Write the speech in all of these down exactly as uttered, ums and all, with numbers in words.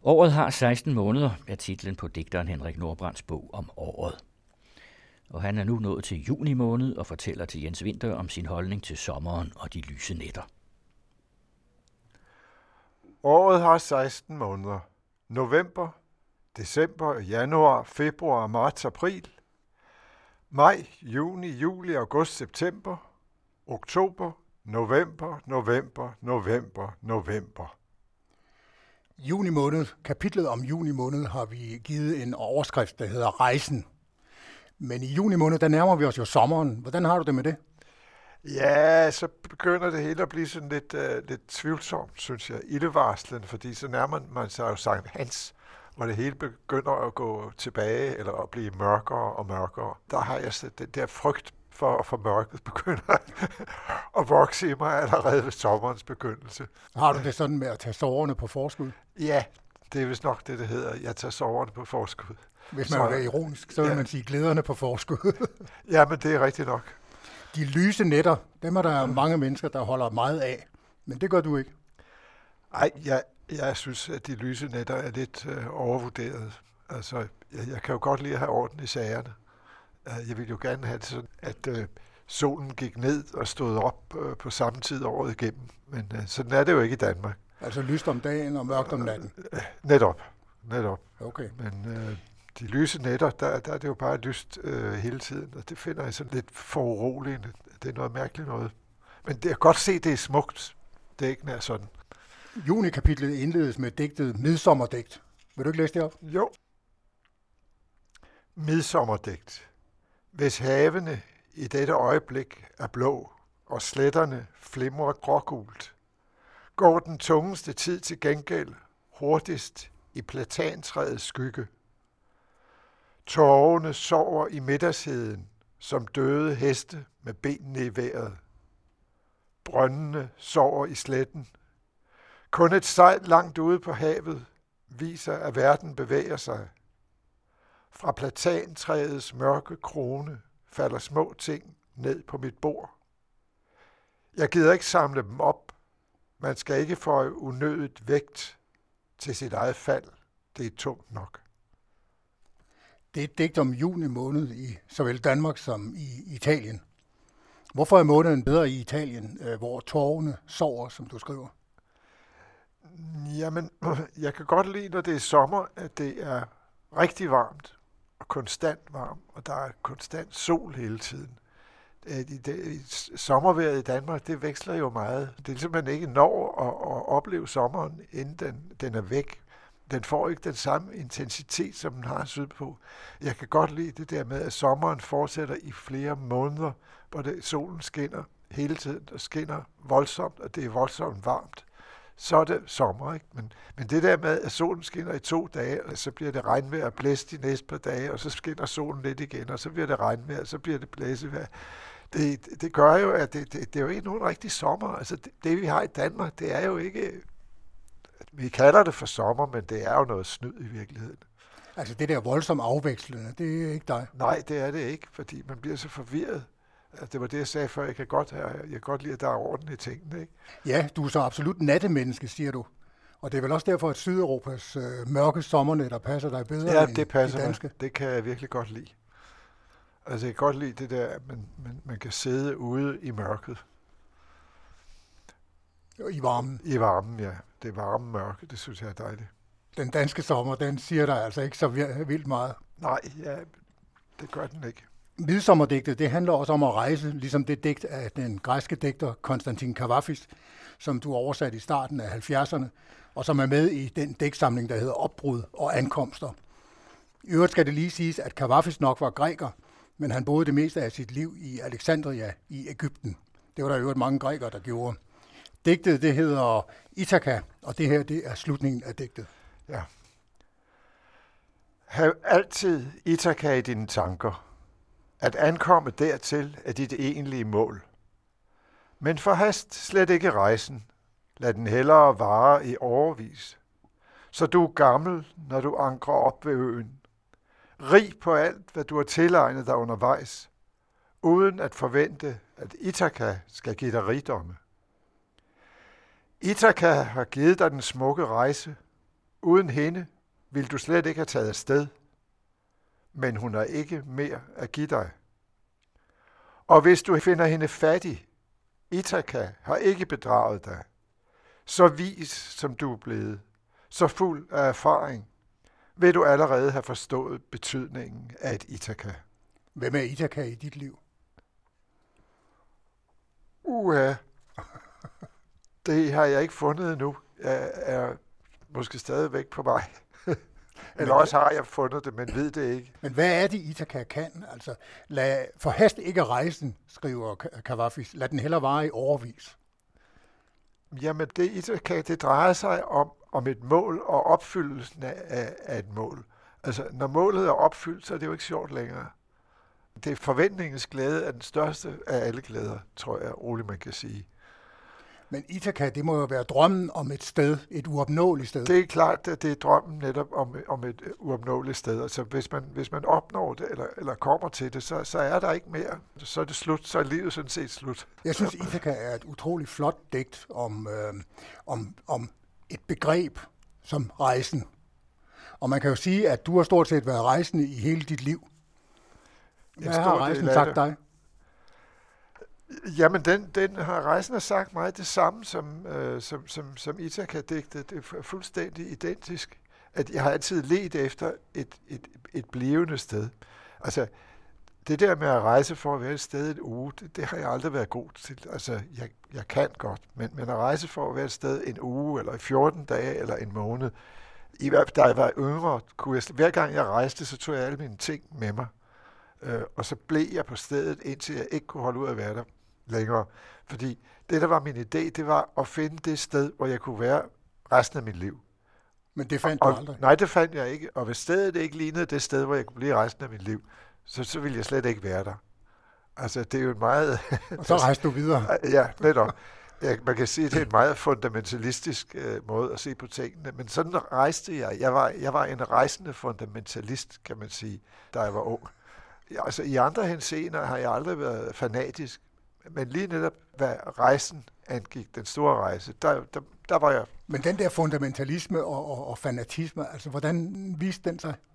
Året har seksten måneder, er titlen på digteren Henrik Nordbrandts bog om året. Og han er nu nået til juni måned og fortæller til Jens Winther om sin holdning til sommeren og de lyse nætter. Året har seksten måneder. November, december, januar, februar, marts, april. Maj, juni, juli, august, september. Oktober, november, november, november, november. Juni måned, kapitlet om juni måned, har vi givet en overskrift, der hedder Rejsen. Men i juni måned, der nærmer vi os jo sommeren. Hvordan har du det med det? Ja, så begynder det hele at blive sådan lidt, uh, lidt tvivlsomt, synes jeg, ildevarslende, fordi så nærmer man sig jo Sankt Hans, hvor det hele begynder at gå tilbage, eller at blive mørkere og mørkere. Der har jeg så den der frygt for, for mørket begynder at vokse i mig allerede ved sommerens begyndelse. Har du det sådan med at tage soverne på forskud? Ja, det er vist nok det, det hedder. Jeg tager soverne på forskud. Hvis man så, vil være ironisk, så vil ja. man sige glæderne på forskud. Ja, men det er rigtigt nok. De lyse nætter, dem er der mange mennesker, der holder meget af. Men det gør du ikke. Nej, jeg, jeg synes, at de lyse nætter er lidt øh, overvurderet. Altså, jeg, jeg kan jo godt lide at have orden i sagerne. Jeg vil jo gerne have det sådan, at øh, solen gik ned og stod op øh, på samme tid året igennem. Men øh, sådan er det jo ikke i Danmark. Altså lyst om dagen og mørkt om natten? Øh, netop, netop. Okay. Men øh, de lyse nætter, der, der er det jo bare lyst øh, hele tiden, og det finder jeg sådan lidt foruroligende. Det er noget mærkeligt noget. Men det er godt se, det er smukt. Det er ikke nær sådan. Juni-kapitlet indledes med digtet Midsommerdigt. Vil du ikke læse det op? Jo. Midsommerdigt. Hvis havene i dette øjeblik er blå, og sletterne flimrer grågult, går den tungeste tid til gengæld hurtigst i platantræets skygge. Tårerne sover i middagsheden som døde heste med benene i vejret. Brøndene sover i sletten. Kun et sejl langt ude på havet viser, at verden bevæger sig. Fra platantræets mørke krone falder små ting ned på mit bord. Jeg gider ikke samle dem op. Man skal ikke få unødigt vægt til sit eget fald. Det er tungt nok. Det er et digt om juni måned i såvel Danmark som i Italien. Hvorfor er måneden bedre i Italien, hvor tårerne sover, som du skriver? Jamen, jeg kan godt lide, når det er sommer, at det er rigtig varmt og konstant varmt, og der er konstant sol hele tiden. Det, det, sommervejret i Danmark, det veksler jo meget. Det er ligesom, man ikke når at, at opleve sommeren, inden den, den er væk. Den får ikke den samme intensitet, som den har sydpå. Jeg kan godt lide det der med, at sommeren fortsætter i flere måneder, hvor det, solen skinner hele tiden, og skinner voldsomt, og det er voldsomt varmt. Så er det sommer, ikke? Men, men det der med, at solen skinner i to dage, og så bliver det regnvejr og blæst de næste par dage, og så skinner solen lidt igen, og så bliver det regnvejr, og så bliver det blæsevejr. Det, det gør jo, at det, det, det er jo ikke nogen rigtig sommer. Altså det, det, vi har i Danmark, det er jo ikke... Vi kalder det for sommer, men det er jo noget snyd i virkeligheden. Altså det der voldsomt afvekslende, det er ikke dig? Nej, det er det ikke, fordi man bliver så forvirret. Altså, det var det, jeg sagde før. Jeg kan godt, have, jeg kan godt lide, at der er orden i tingene, ikke? Ja, du er så absolut nattemenneske, siger du. Og det er vel også derfor, at Sydeuropas øh, mørke sommernætter passer dig bedre ja, end det passer de danske. Mig. Det kan jeg virkelig godt lide. Altså, jeg kan godt lide det der, at man, man, man kan sidde ude i mørket. I varmen? I varmen, ja. Det varme mørke, det synes jeg er dejligt. Den danske sommer, den siger dig altså ikke så vildt meget. Nej, ja, det gør den ikke. Midsommerdigtet, det handler også om at rejse, ligesom det digt af den græske digter Konstantin Kavafis, som du oversatte i starten af halvfjerdserne, og som er med i den digtsamling, der hedder Opbrud og ankomster. I øvrigt skal det lige siges, at Kavafis nok var græker, men han boede det meste af sit liv i Alexandria i Egypten. Det var der i øvrigt mange grækere, der gjorde. Digtet, det hedder Ithaka, og det her, det er slutningen af digtet. Ja. Hav altid Ithaka i dine tanker. At ankomme dertil er dit egentlige mål. Men forhast slet ikke rejsen. Lad den hellere vare i årevis. Så du er gammel, når du ankrer op ved øen. Rig på alt, hvad du har tilegnet dig undervejs, uden at forvente, at Ithaka skal give dig rigdomme. Ithaka har givet dig den smukke rejse, uden hende vil du slet ikke have taget afsted, men hun har ikke mere at give dig. Og hvis du finder hende fattig, Ithaka har ikke bedraget dig, så vis som du er blevet, så fuld af erfaring, vil du allerede have forstået betydningen af et Ithaka. Hvem er Ithaka i dit liv? Uha, det har jeg ikke fundet endnu. Jeg er måske stadigvæk på vej. Eller også har jeg fundet det, men ved det ikke. Men hvad er det, Ithaka kan? Altså, lad, forhast ikke rejsen, skriver Kavafis. Lad den heller vare i årevis. Jamen, det Ithaka, det drejer sig om, om et mål og opfyldelsen af, af et mål. Altså, når målet er opfyldt, så er det jo ikke sjovt længere. Det er forventningens glæde er den største af alle glæder, tror jeg roligt, man kan sige. Men Ithaka, det må jo være drømmen om et sted, et uopnåeligt sted. Det er klart, at det er drømmen netop om, om et uopnåeligt sted. Altså, hvis man, hvis man opnår det, eller, eller kommer til det, så, så er der ikke mere. Så er det slut, så er livet sådan set slut. Jeg synes, Ithaka er et utroligt flot digt om, øh, om, om et begreb som rejsen. Og man kan jo sige, at du har stort set været rejsende i hele dit liv. Hvad har rejsen sagt dig? Jamen, den, den har rejsen har sagt mig det samme som, øh, som, som, som Ithaka-digtet. Det er fuldstændig identisk. At jeg har altid ledt efter et, et, et blivende sted. Altså, det der med at rejse for at være et sted et uge, det, det har jeg aldrig været god til. Altså, jeg, jeg kan godt, men, men at rejse for at være et sted en uge, eller fjorten dage, eller en måned. I hvert fald, da jeg var yngre, kunne jeg, hver gang jeg rejste, så tog jeg alle mine ting med mig. Øh, og så blev jeg på stedet, indtil jeg ikke kunne holde ud at være der længere. Fordi det, der var min idé, det var at finde det sted, hvor jeg kunne være resten af mit liv. Men det fandt og, du aldrig? Nej, det fandt jeg ikke. Og hvis stedet ikke lignede det sted, hvor jeg kunne blive resten af mit liv, så, så ville jeg slet ikke være der. Altså, det er jo en meget... Og så rejste du videre? Ja, netop. Ja, man kan sige, at det er en meget fundamentalistisk øh, måde at se på tingene. Men sådan rejste jeg. Jeg var, jeg var en rejsende fundamentalist, kan man sige, da jeg var ung. Ja, altså, i andre henseender har jeg aldrig været fanatisk. Men lige netop, hvad rejsen angik, den store rejse, der, der, der var jeg... Men den der fundamentalisme og, og, og fanatisme, altså hvordan viste den sig?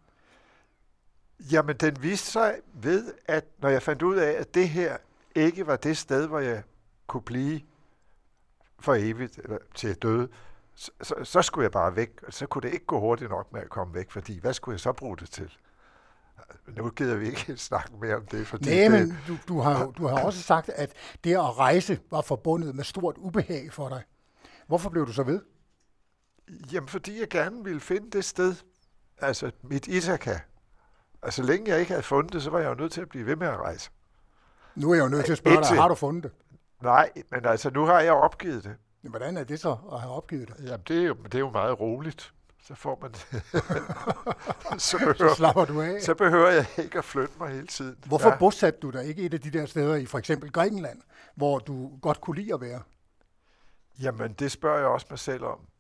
Jamen, den viste sig ved, at når jeg fandt ud af, at det her ikke var det sted, hvor jeg kunne blive for evigt, eller til at døde, så, så, så skulle jeg bare væk. Så kunne det ikke gå hurtigt nok med at komme væk, fordi hvad skulle jeg så bruge det til? Nu gider vi ikke snakke mere om det. Fordi Nej, det, men du, du, har, du har også sagt, at det at rejse var forbundet med stort ubehag for dig. Hvorfor blev du så ved? Jamen, fordi jeg gerne ville finde det sted, altså mit Ithaka. Altså, længe jeg ikke havde fundet det, så var jeg jo nødt til at blive ved med at rejse. Nu er jeg jo nødt til at spørge Indtil... dig, har du fundet det? Nej, men altså, nu har jeg opgivet det. Men hvordan er det så at have opgivet det? Jamen, det er jo, det er jo meget roligt. Så får man så, behøver, så slapper du af. Så behøver jeg ikke at flytte mig hele tiden. Hvorfor ja. bosatte du dig ikke et af de der steder i for eksempel Grækenland, hvor du godt kunne lide at være? Jamen, det spørger jeg også mig selv om.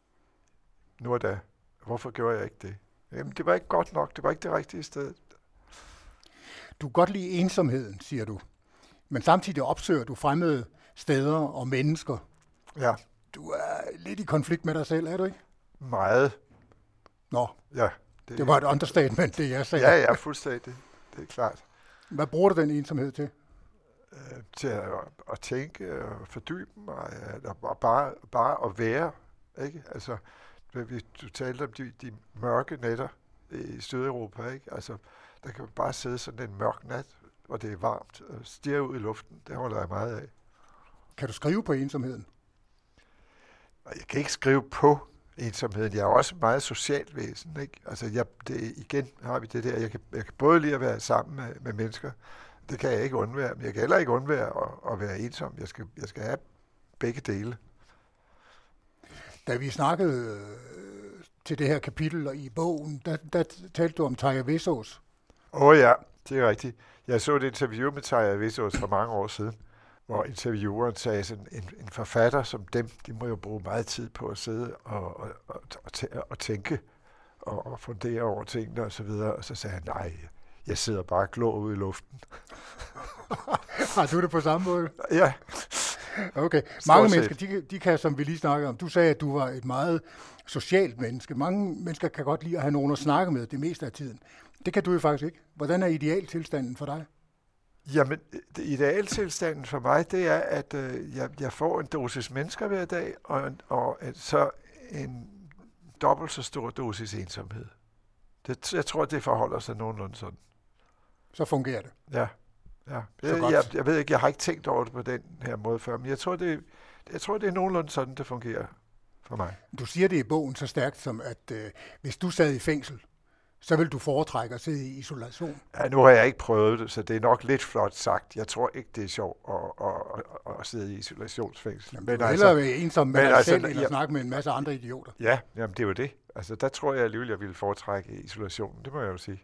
Nu og da. Hvorfor gjorde jeg ikke det? Jamen, det var ikke godt nok. Det var ikke det rigtige sted. Du kan godt lide ensomheden, siger du. Men samtidig opsøger du fremmede steder og mennesker. Ja. Du er lidt i konflikt med dig selv, er du ikke? Meget. Nå, ja, det, det var et understatement, det jeg sagde. Ja, ja, fuldstændig. Det er klart. Hvad bruger du den ensomhed til? Øh, til at, at tænke og fordybe mig, og bare, bare at være. Ikke? Altså, du talte om de, de mørke nætter i Sydeuropa. Ikke? Altså, der kan bare sidde sådan en mørk nat, hvor det er varmt, og stirre ud i luften. Det holder jeg meget af. Kan du skrive på ensomheden? Jeg kan ikke skrive på ensomheden. Jeg er også meget socialt væsen, ikke? Altså, jeg, det, igen har vi det der. Jeg kan, jeg kan både lide at være sammen med, med mennesker. Det kan jeg ikke undvære. Men jeg kan heller ikke undvære at, at være ensom. Jeg skal, jeg skal have begge dele. Da vi snakkede øh, til det her kapitel og i bogen, der, der talte du om Tarja Vesaas. Åh oh, ja, det er rigtigt. Jeg så et interview med Tarja Vesaas for mange år siden, hvor intervieweren sagde, sådan en, en forfatter som dem, de må jo bruge meget tid på at sidde og, og, og, og, og tænke og, og fundere over tingene og så videre. Og så sagde han, nej, jeg sidder bare og glor ud i luften. Har du det på samme måde? Ja. Okay. Mange mennesker, de, de kan, som vi lige snakkede om, du sagde, at du var et meget socialt menneske. Mange mennesker kan godt lide at have nogen at snakke med det meste af tiden. Det kan du jo faktisk ikke. Hvordan er idealtilstanden for dig? Jamen, idealtilstanden for mig, det er, at øh, jeg, jeg får en dosis mennesker hver dag, og, og at så en dobbelt så stor dosis ensomhed. Det, jeg tror, det forholder sig nogenlunde sådan. Så fungerer det. Ja. ja. Jeg, jeg, jeg ved ikke, jeg har ikke tænkt over det på den her måde før, men jeg tror, det, jeg tror, det er nogenlunde sådan, det fungerer for mig. Du siger det i bogen så stærkt, som at øh, hvis du sad i fængsel, så vil du foretrække at sidde i isolation. Ja, nu har jeg ikke prøvet det, så det er nok lidt flot sagt. Jeg tror ikke, det er sjovt at, at, at, at sidde i isolationsfængsel. Jamen, men du vil altså, hellere være ensom med dig altså, selv, end at snakke med en masse andre idioter. Ja, jamen, det er jo det. Altså, der tror jeg alligevel, jeg ville foretrække isolationen. Det må jeg jo sige.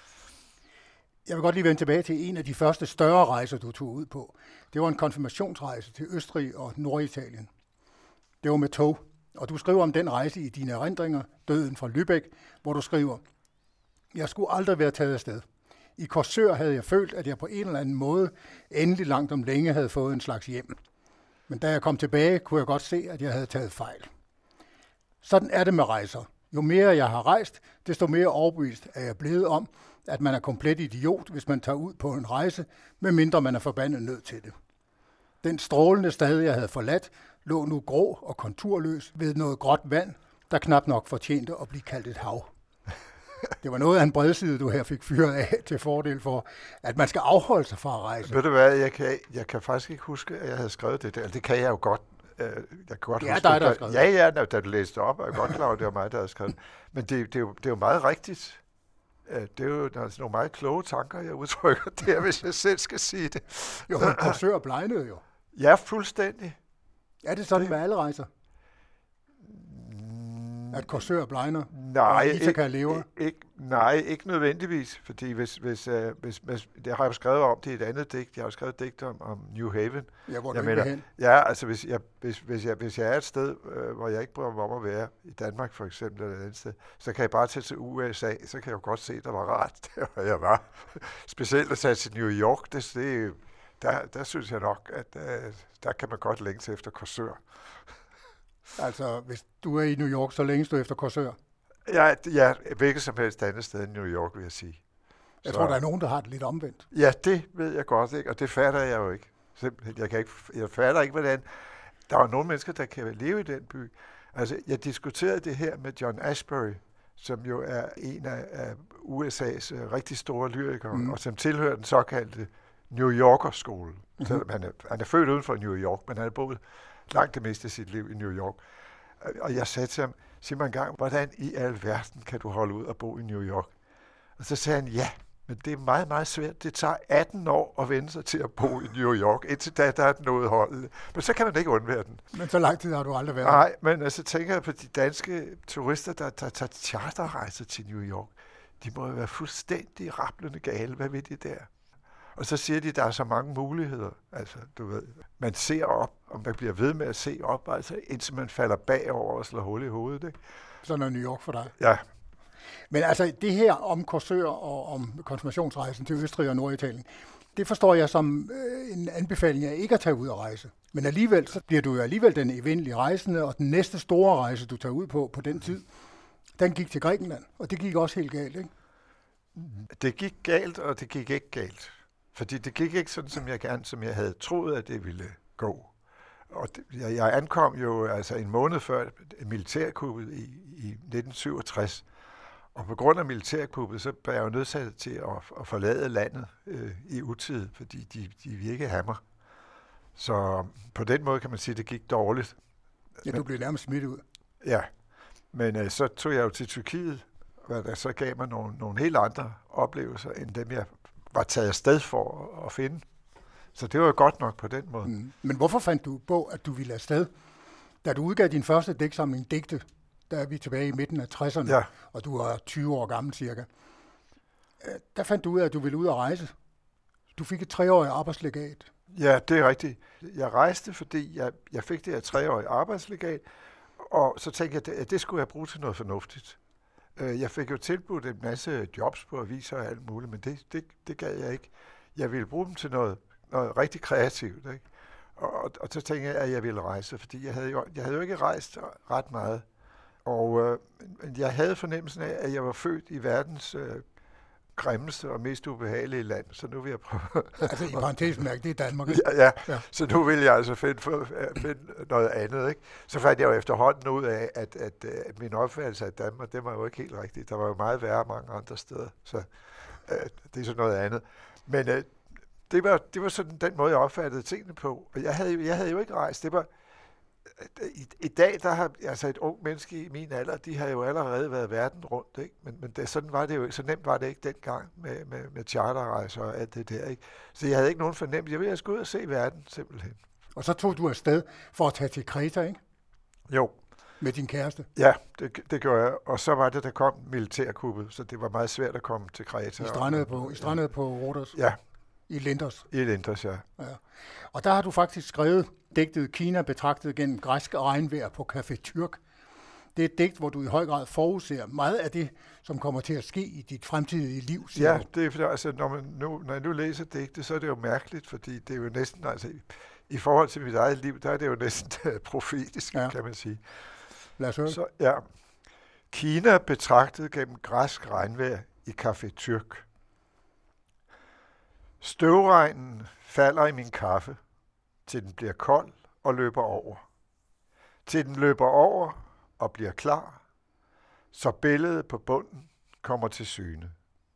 Jeg vil godt lige vende tilbage til en af de første større rejser, du tog ud på. Det var en konfirmationsrejse til Østrig og Norditalien. Det var med tog, og du skriver om den rejse i dine erindringer, Døden fra Lübeck, hvor du skriver: Jeg skulle aldrig være taget afsted. I Korsør havde jeg følt, at jeg på en eller anden måde endelig langt om længe havde fået en slags hjem. Men da jeg kom tilbage, kunne jeg godt se, at jeg havde taget fejl. Sådan er det med rejser. Jo mere jeg har rejst, desto mere overbevist er jeg blevet om, at man er komplet idiot, hvis man tager ud på en rejse, medmindre man er forbandet nødt til det. Den strålende stad, jeg havde forladt, lå nu grå og konturløs ved noget gråt vand, der knap nok fortjente at blive kaldt et hav. Det var noget af en bredside, du her fik fyret af til fordel for, at man skal afholde sig fra at rejse. Ved du hvad, jeg kan, jeg kan faktisk ikke huske, at jeg havde skrevet det der. Det kan jeg jo godt. Jeg kan godt det er huske, dig, der har skrevet. Ja, ja, da du læste op, og jeg er godt klar over, at det var mig, der havde skrevet. Men det, det, er jo, det er jo meget rigtigt. Det er jo altså, nogle meget kloge tanker, jeg udtrykker der, hvis jeg selv skal sige det. Jo, men Korsør blegnede jo. Ja, fuldstændig. Er det sådan det... med alle rejser? At Korsør blegner, nej, og Ithaka lever? Ikke, nej, ikke nødvendigvis, fordi hvis, hvis, uh, hvis, hvis, det har jeg jo skrevet om, det er et andet digt, jeg har jo skrevet et digt om, om New Haven. Ja, hvor jeg du mener, hen? Ja, altså hvis jeg, hvis, hvis, jeg, hvis jeg er et sted, øh, hvor jeg ikke bryder mig om at være, i Danmark for eksempel, eller et andet sted, så kan jeg bare tage til U S A, så kan jeg jo godt se, at der var rart, der hvor jeg var. Specielt at tage til New York, det, det, der, der synes jeg nok, at øh, der kan man godt længes efter Korsør. Altså, hvis du er i New York, så længes du efter Korsør? Ja, ja, hvilket som helst andet sted end New York, vil jeg sige. Jeg så, tror, der er nogen, der har det lidt omvendt. Ja, det ved jeg godt, ikke? Og det fatter jeg jo ikke. Simpelthen, jeg, kan ikke, jeg fatter ikke, hvordan... Der er nogle mennesker, der kan leve i den by. Altså, jeg diskuterede det her med John Ashbery, som jo er en af, af U S A's uh, rigtig store lyrikere, mm. og som tilhører den såkaldte New Yorker-skole. Mm-hmm. Så han, er, han er født uden for New York, men han har boet langt det meste af sit liv i New York. Og jeg sagde til ham, sig mig engang, hvordan i alverden kan du holde ud og bo i New York? Og så sagde han, ja, men det er meget, meget svært. Det tager atten år at vende sig til at bo i New York. Indtil da, der er den noget holdet. Men så kan man ikke undvære den. Men så lang tid har du aldrig været. Nej, men altså tænker jeg på de danske turister, der, der tager charterrejser til New York. De må jo være fuldstændig rablende gale. Hvad ved de der? Og så siger de, at der er så mange muligheder. Altså, du ved, man ser op, og man bliver ved med at se op, altså, indtil man falder bagover og slår hul i hovedet. Ikke? Sådan er New York for dig. Ja. Men altså, det her om Korsør og om konfirmationsrejsen til Østrig og Norditalien, det forstår jeg som øh, en anbefaling af ikke at tage ud og rejse. Men alligevel, så bliver du jo alligevel den evindelige rejsende, og den næste store rejse, du tager ud på på den tid, den gik til Grækenland, og det gik også helt galt, ikke? Det gik galt, og det gik ikke galt. Fordi det gik ikke sådan, som jeg gerne, som jeg havde troet, at det ville gå. Og det, jeg, jeg ankom jo altså en måned før militærkuppet i, i nitten syvogtres. Og på grund af militærkuppet, så var jeg jo nødsaget til at, at forlade landet øh, i utide, fordi de, de ville ikke have mig. Så på den måde kan man sige, at det gik dårligt. Ja, du blev nærmest smidt ud. Ja, men øh, så tog jeg jo til Tyrkiet, og der så gav mig nogle, nogle helt andre oplevelser, end dem jeg var taget afsted for at, at finde. Så det var jo godt nok på den måde. Mm. Men hvorfor fandt du på, at du ville afsted? Da du udgav din første digtsamling, Digte, der er vi tilbage i midten af tresserne, ja. Og du er tyve år gammel cirka. Der fandt du ud af, at du ville ud og rejse. Du fik et treårigt arbejdslegat. Ja, det er rigtigt. Jeg rejste, fordi jeg, jeg fik det her treårige arbejdslegat, og så tænkte jeg, at det skulle jeg bruge til noget fornuftigt. Jeg fik jo tilbudt en masse jobs på aviser og alt muligt, men det, det, det gad jeg ikke. Jeg ville bruge dem til noget, noget rigtig kreativt, ikke? Og, og så tænkte jeg, at jeg ville rejse, fordi jeg havde jo, jeg havde jo ikke rejst ret meget. Og øh, jeg havde fornemmelsen af, at jeg var født i verdens øh, grimmeste og mest ubehagelige land, så nu vil jeg prøve... Altså i parentesmærke, det er Danmark, ikke? Ja, ja. ja, så nu vil jeg altså finde, finde noget andet, ikke? Så fandt jeg jo efterhånden ud af, at, at, at min opfattelse af Danmark, det var jo ikke helt rigtigt. Der var jo meget værre mange andre steder, så øh, det er så noget andet. Men øh, det, var, det var sådan den måde, jeg opfattede tingene på. Og jeg havde, jeg havde jo ikke rejst. Det var... I, I dag, der har altså et ung menneske i min alder, de har jo allerede været verden rundt, ikke? Men, men det, sådan var det jo ikke, så nemt var det ikke dengang med, med, med charterrejser og alt det der, ikke? Så jeg havde ikke nogen fornemmelse. Jeg ville skulle ud og se verden, simpelthen. Og så tog du afsted for at tage til Kreta, ikke? Jo. Med din kæreste? Ja, det, det gjorde jeg. Og så var det, der kom militærkuppet, så det var meget svært at komme til Kreta. I strandede på, I strandede på Rhodos? Ja. I Lindos? I Lindos, ja. ja. Og der har du faktisk skrevet digtet Kina betragtet gennem græsk regnvejr på Café Tyrk. Det er et digt, hvor du i høj grad forudser meget af det, som kommer til at ske i dit fremtidige liv. Ja, det er, altså, når, man nu, når jeg nu læser digtet, så er det jo mærkeligt, fordi det er jo næsten, altså i, i forhold til mit eget liv, der er det jo næsten profetisk, ja. Kan man sige. Lad os høre. Så, ja. Kina betragtet gennem græsk regnvejr i Café Tyrk. Støvregnen falder i min kaffe, til den bliver kold og løber over. Til den løber over og bliver klar, så billedet på bunden kommer til syne.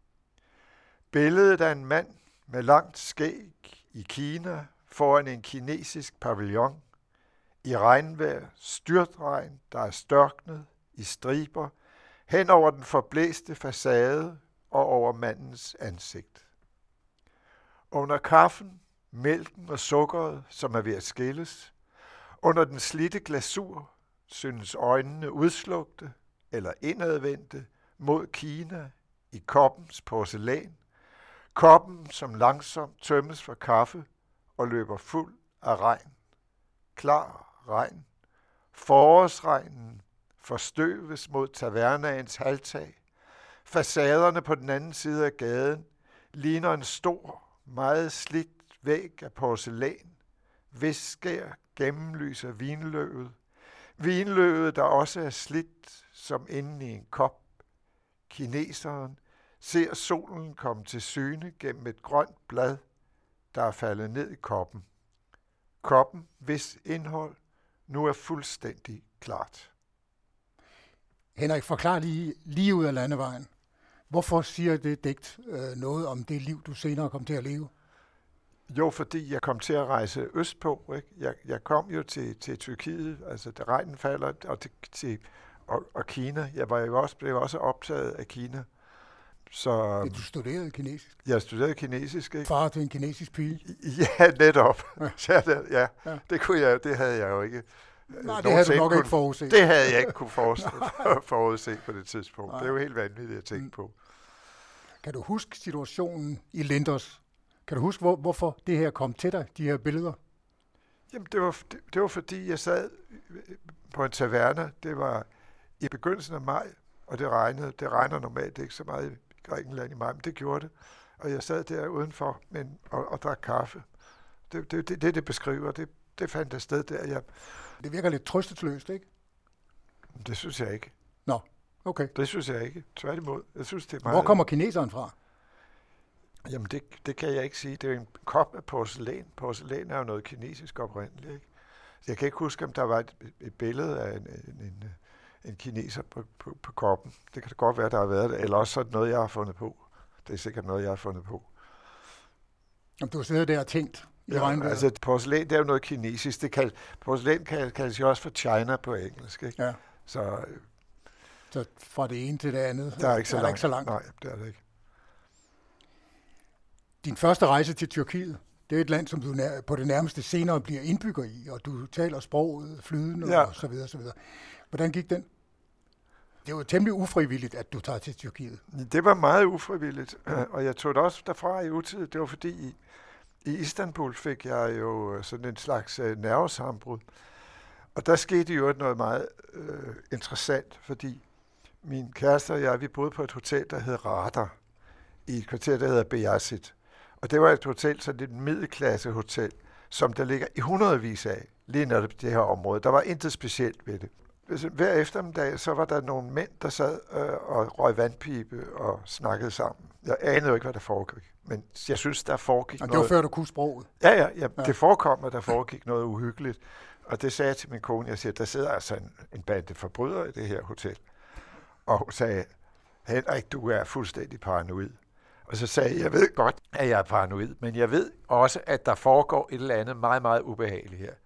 Billedet af en mand med langt skæg i Kina foran en kinesisk pavillon, i regnvejr, styrtregn, der er størknet i striber, hen over den forblæste facade og over mandens ansigt. Under kaffen, mælken og sukkeret, som er ved at skilles, under den slitte glasur, synes øjnene udslugte eller indadvendte mod Kina i koppens porcelæn, koppen, som langsomt tømmes for kaffe og løber fuld af regn. Klar regn. Forårsregnen forstøves mod tavernaens halvtag. Facaderne på den anden side af gaden ligner en stor, meget slidt væg af porcelæn. Hvis skær gennemlyser vinløvet. Vinløvet, der også er slidt som inde i en kop. Kineseren ser solen komme til syne gennem et grønt blad, der er faldet ned i koppen. Koppen, hvis indhold nu er fuldstændig klart. Henrik, forklar lige, lige ud af landevejen. Hvorfor siger det digt øh, noget om det liv, du senere kom til at leve? Jo, fordi jeg kom til at rejse østpå. Ikke? Jeg, jeg kom jo til, til Tyrkiet, altså da regnen falder, og, til, til, og, og Kina. Jeg var jo også, blev også optaget af Kina. Så, du studerede kinesisk? Jeg studerede kinesisk. Ikke? Far til en kinesisk pige? Ja, netop. Ja, det, ja. ja. Det, kunne jeg, det havde jeg jo ikke. Nej, det havde du nok kunne, ikke forudset. Det havde jeg ikke kunne forudse på det tidspunkt. Nej. Det er jo helt vanvittigt at tænke på. Kan du huske situationen i Lindos? Kan du huske, hvor, hvorfor det her kom til dig, de her billeder? Jamen, det var, det, det var fordi, jeg sad på en taverne. Det var i begyndelsen af maj, og det regnede. Det regner normalt ikke så meget i Grækenland i maj, men det gjorde det. Og jeg sad der udenfor men, og, og drak kaffe. Det det, det, det, det beskriver. Det, det fandt jeg sted der. Jeg, det virker lidt trøstesløst, ikke? Det synes jeg ikke. Nå, okay. Det synes jeg ikke. Tværtimod. Jeg synes, det er meget... Hvor kommer kineseren fra? Jamen, det, det kan jeg ikke sige. Det er jo en kop af porcelæn. Porcelæn er jo noget kinesisk oprindeligt, ikke? Jeg kan ikke huske, om der var et, et billede af en, en, en, en kineser på, på, på koppen. Det kan det godt være, der har været det. Eller også så er det noget, jeg har fundet på. Det er sikkert noget, jeg har fundet på. Om du har siddet der og tænkt i ja, regnvejret? Altså, porcelæn, det er jo noget kinesisk. Det kaldes, porcelæn kaldes jo også for China på engelsk, ikke? Ja. Så, så fra det ene til det andet der er, ikke så, er langt. ikke så langt? Nej, det er det ikke. Din første rejse til Tyrkiet, det er et land, som du nær, på det nærmeste senere bliver indbygger i, og du taler sproget flydende ja. og så videre, så videre. Hvordan gik den? Det var temmelig ufrivilligt, at du tager til Tyrkiet. Det var meget ufrivilligt, og jeg tog det også derfra i utid. Det var fordi, i, i Istanbul fik jeg jo sådan en slags uh, nervesambrud. Og der skete jo noget meget øh, interessant, fordi min kæreste og jeg, vi boede på et hotel, der hed Radar, i et kvarter, der hedder Beyazit. Og det var et hotel, sådan et middelklasse hotel, som der ligger i hundredvis af, lige når det her område. Der var intet specielt ved det. Hver eftermiddag, så var der nogle mænd, der sad øh, og røg vandpibe og snakkede sammen. Jeg anede jo ikke, hvad der foregik, men jeg synes, der foregik og noget... det var før, du kunne sproget? Ja, ja, ja, ja. Det forekom, at der foregik noget uhyggeligt. Og det sagde jeg til min kone, jeg siger, der sidder altså en, en bande forbrydere i det her hotel. Og hun sagde, Henrik, du er fuldstændig paranoid. Og så sagde jeg, jeg ved godt, at jeg er paranoid, men jeg ved også, at der foregår et eller andet meget, meget ubehageligt her.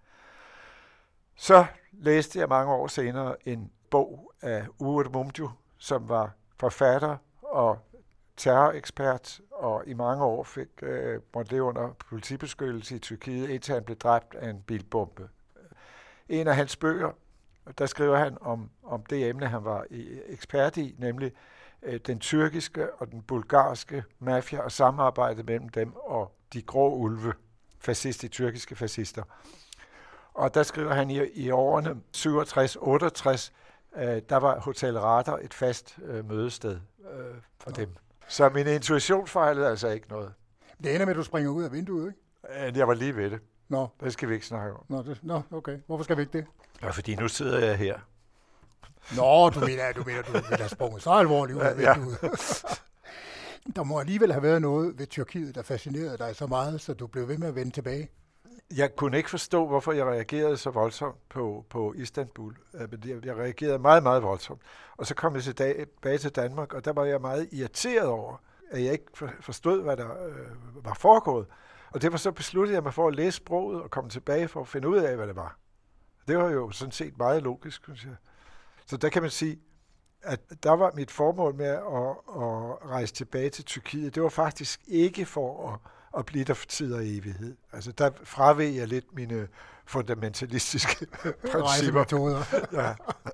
Så læste jeg mange år senere en bog af Uwe Mumju, som var forfatter og terrorekspert, og i mange år fik øh, måtte leve under politibeskyttelse i Tyrkiet, indtil han blev dræbt af en bilbombe. En af hans bøger, der skriver han om, om det emne, han var ekspert i, nemlig øh, den tyrkiske og den bulgarske mafia og samarbejdet mellem dem og de grå ulve, fascist, de tyrkiske fascister. Og der skriver han i, i årene syvogtres otteogtres, øh, der var Hotel Radar et fast øh, mødested øh, for ja. dem. Så min intuition fejlede altså ikke noget. Det ender med, at du springer ud af vinduet, ikke? Jeg var lige ved det. Nå. Det skal vi ikke snakke om. Nå, det, nå okay. Hvorfor skal vi ikke det? Ja, fordi nu sidder jeg her. Nå, du mener, du mener, du vil have sprunget så alvorligt ud af vinduet. Ja. Der må alligevel have været noget ved Tyrkiet, der fascinerede dig så meget, så du blev ved med at vende tilbage. Jeg kunne ikke forstå, hvorfor jeg reagerede så voldsomt på, på Istanbul. Jeg reagerede meget, meget voldsomt. Og så kom jeg tilbage til Danmark, og der var jeg meget irriteret over, at jeg ikke forstod, hvad der øh, var foregået. Og det var så besluttede jeg mig for at læse sproget og komme tilbage for at finde ud af, hvad det var. Det var jo sådan set meget logisk, synes jeg. Så der kan man sige, at der var mit formål med at, at rejse tilbage til Tyrkiet. Det var faktisk ikke for at, at blive der for tid og evighed. Altså der fraveg jeg lidt mine fundamentalistiske principper. Ja.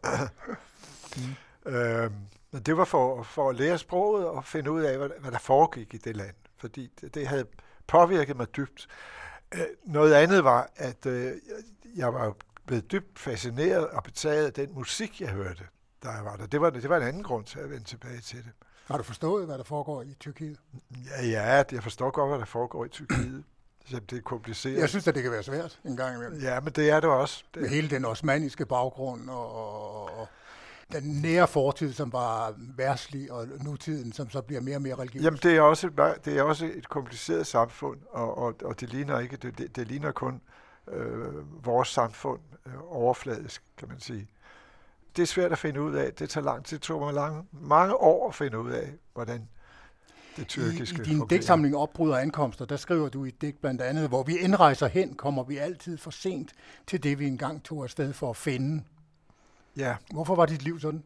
mm. øhm, men det var for, for at lære sproget og finde ud af, hvad, hvad der foregik i det land. Fordi det, det havde påvirket mig dybt. Øh, noget andet var, at øh, jeg var blevet dybt fascineret og betaget af den musik, jeg hørte, da jeg var der. Det var, det var en anden grund til at vende tilbage til det. Har du forstået, hvad der foregår i Tyrkiet? Ja, ja, jeg forstår godt, hvad der foregår i Tyrkiet. Det er kompliceret. Jeg synes, at det kan være svært en gang imellem. Ja, men det er det også. Det... Med hele den osmanniske baggrund og, og, og den nære fortid, som var verdslig, og nutiden, som så bliver mere og mere religiøs. Jamen, det er også, det er også et kompliceret samfund, og, og, og det ligner ikke, det, det, det ligner kun øh, vores samfund øh, overfladisk, kan man sige. Det er svært at finde ud af. Det tager lang tid. Det tog mig lange, mange år at finde ud af, hvordan det tyrkiske I, i din digtsamling Opbrud og ankomster, der skriver du i et digt blandt andet, hvor vi indrejser hen, kommer vi altid for sent til det, vi engang tog afsted for at finde. Ja. Hvorfor var dit liv sådan?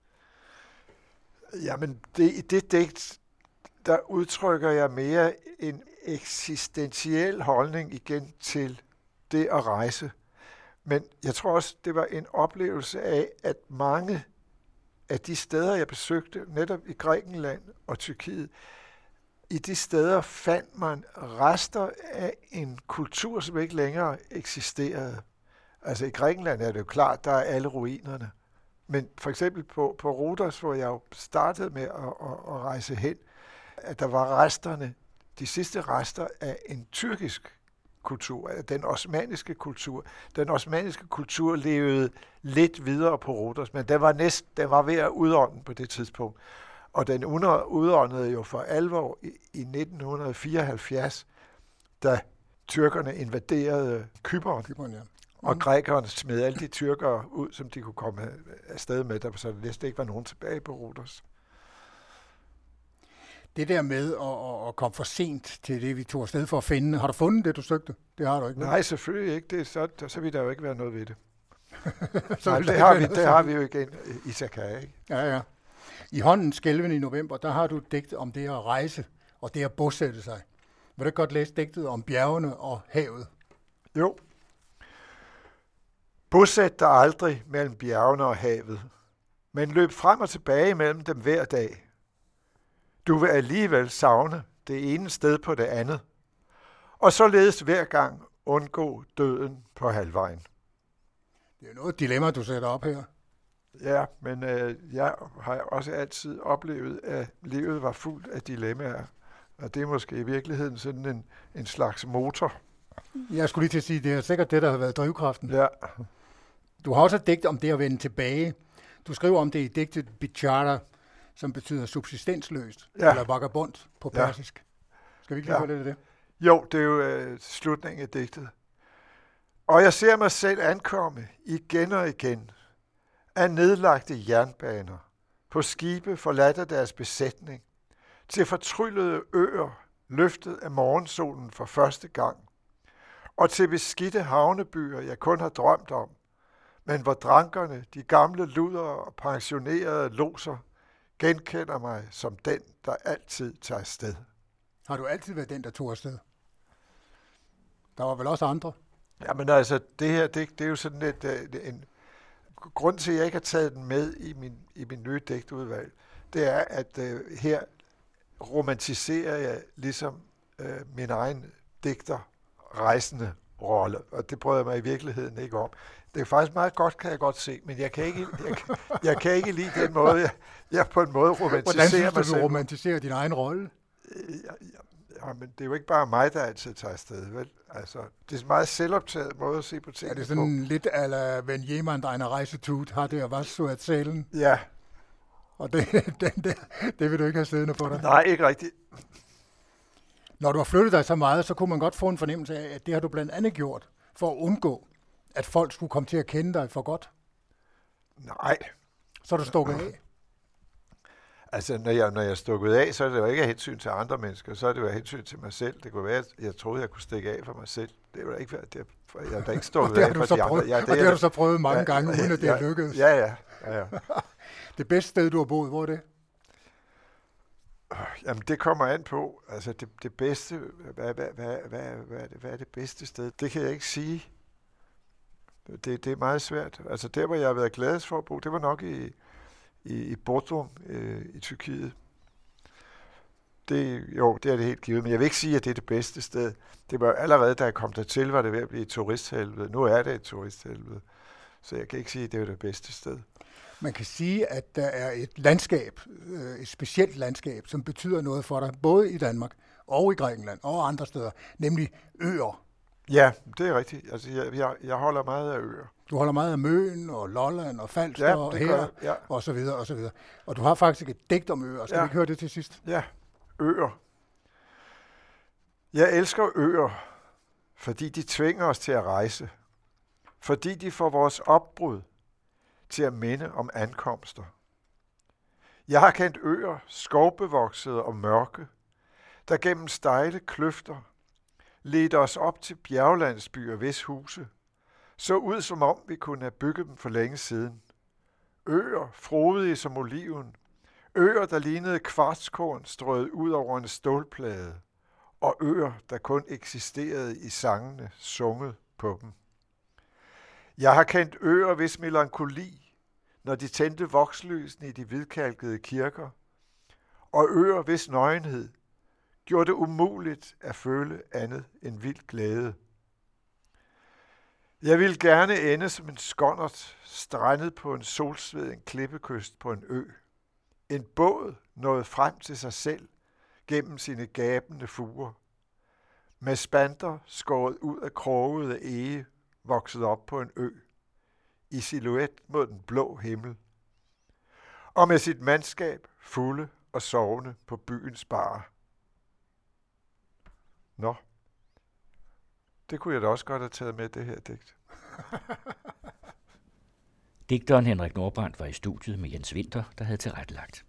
Jamen, det, i det digt, der udtrykker jeg mere en eksistentiel holdning igen til det at rejse. Men jeg tror også, det var en oplevelse af, at mange af de steder, jeg besøgte, netop i Grækenland og Tyrkiet, i de steder fandt man rester af en kultur, som ikke længere eksisterede. Altså i Grækenland er det jo klart, der er alle ruinerne. Men for eksempel på, på Rhodos, hvor jeg jo startede med at, at, at rejse hen, at der var resterne, de sidste rester af en tyrkisk kultur, den osmanniske kultur. Den osmanniske kultur levede lidt videre på Rhodos, men den var, næst, den var ved at udånde på det tidspunkt. Og den udåndede jo for alvor i, i nitten fireoghalvfjerds, da tyrkerne invaderede Cypern. Cypern, ja. Og mm. grækerne smed alle de tyrkere ud, som de kunne komme afsted med, der så næsten ikke var nogen tilbage på Rhodos. Det der med at, at komme for sent til det, vi tog afsted for at finde, har du fundet det, du søgte? Det har du ikke. Nej, selvfølgelig ikke. Det, så, så vil der jo ikke være noget ved det. så Nej, det, har vi, det har vi jo igen i Sakai, ikke? Ja, ja. I hånden skælven i november, der har du et digt om det at rejse og det at bosætte sig. Vil du godt læse digtet om bjergene og havet? Jo. Bosæt dig aldrig mellem bjergene og havet, men løb frem og tilbage mellem dem hver dag. Du vil alligevel savne det ene sted på det andet, og således hver gang undgå døden på halvvejen. Det er noget dilemma, du sætter op her. Ja, men øh, jeg har også altid oplevet, at livet var fuldt af dilemmaer, og det er måske i virkeligheden sådan en, en slags motor. Jeg skulle lige til at sige, det er sikkert det, der har været drivkraften. Ja. Du har også et digt om det at vende tilbage. Du skriver om det i digtet Bichara, som betyder subsistensløst, ja. eller vagabond på persisk. Ja. Skal vi ikke lige ja. høre lidt af det? Jo, det er jo øh, slutningen af digtet. Og jeg ser mig selv ankomme igen og igen af nedlagte jernbaner, på skibe forladt af deres besætning, til fortryllede øer, løftet af morgensolen for første gang, og til beskidte havnebyer, jeg kun har drømt om, men hvor drankerne, de gamle luder og pensionerede loser, genkender mig som den, der altid tager afsted. Har du altid været den, der tog afsted? Der var vel også andre? Jamen altså, det her, det, det er jo sådan et, en grund til, at jeg ikke har taget den med i min, i min nye digtudvalg, det er, at uh, her romantiserer jeg ligesom uh, min egen digter rejsende rolle, og det prøver jeg mig i virkeligheden ikke om. Det er faktisk meget godt, kan jeg godt se, men jeg kan ikke, jeg, jeg kan ikke lide den måde, jeg, jeg på en måde romantiserer mig selv. Hvordan synes du, du romantiserer din egen rolle? Ja, ja, men det er jo ikke bare mig, der altid tager afsted, vel? Altså, det er en meget selvoptaget måde at se på tingene. Er det sådan på. Lidt ala, wenn jemand eine Reise tut, har det was zu erzählen? Ja. Og det, den der, det vil du ikke have siddende på dig? Nej, ikke rigtigt. Når du har flyttet dig så meget, så kunne man godt få en fornemmelse af, at det har du blandt andet gjort, for at undgå, at folk skulle komme til at kende dig for godt. Nej. Så er du stukket af. Altså, når jeg, når jeg er stukket af, så er det jo ikke af hensyn til andre mennesker, så er det jo af hensyn til mig selv. Det kunne være, at jeg troede, jeg kunne stikke af for mig selv. Det er jo ikke været, det er, jeg er da ikke stukket af for de andre. Ja, det, og det har du så prøvet mange ja, gange, uden at det ja, er lykkedes. Ja, ja. ja, ja. Det bedste sted, du har boet, hvor er det? Jamen, det kommer an på. Altså, det, det bedste, hvad, hvad, hvad, hvad, hvad, er det, hvad er det bedste sted? Det kan jeg ikke sige. Det, det er meget svært. Altså, der, hvor jeg har været gladest for at bo, det var nok i, i, i Bodrum øh, i Tyrkiet. Det, jo, det er det helt givet, men jeg vil ikke sige, at det er det bedste sted. Det var allerede, da jeg kom dertil, var det ved at blive et turisthelvede. Nu er det et turisthelvede. Så jeg kan ikke sige, at det er det bedste sted. Man kan sige, at der er et landskab, et specielt landskab, som betyder noget for dig, både i Danmark og i Grækenland og andre steder, nemlig øer. Ja, det er rigtigt. Altså, jeg, jeg, jeg holder meget af øer. Du holder meget af Møn og Lolland og Falster ja, og her, ja. og så videre, og så videre. Og du har faktisk et digt om øer. Skal ja. vi ikke høre det til sidst? Ja, øer. Jeg elsker øer, fordi de tvinger os til at rejse. Fordi de får vores opbrud til at minde om ankomster. Jeg har kendt øer, skovbevoksede og mørke, der gennem stejle kløfter ledte os op til bjerglandsbyer, hvis huse, så ud som om vi kunne have bygget dem for længe siden. Øer, frodige som oliven, øer, der lignede kvartskorn strøget ud over en stålplade, og øer, der kun eksisterede i sangene, sunget på dem. Jeg har kendt øer, hvis melankoli, når de tændte vokslysene i de hvidkalkede kirker, og øer, hvis nøgenhed gjorde det umuligt at føle andet end vild glæde. Jeg ville gerne ende som en skonnert, strandet på en solsveden klippekyst på en ø. En båd nåede frem til sig selv gennem sine gabende fuger. Med spanter skåret ud af krogede ege, vokset op på en ø, i silhuet mod den blå himmel, og med sit mandskab fulde og sovende på byens barer. Nå, det kunne jeg da også godt have taget med, det her digt. Digteren Henrik Nordbrandt var i studiet med Jens Winther, der havde tilrettelagt.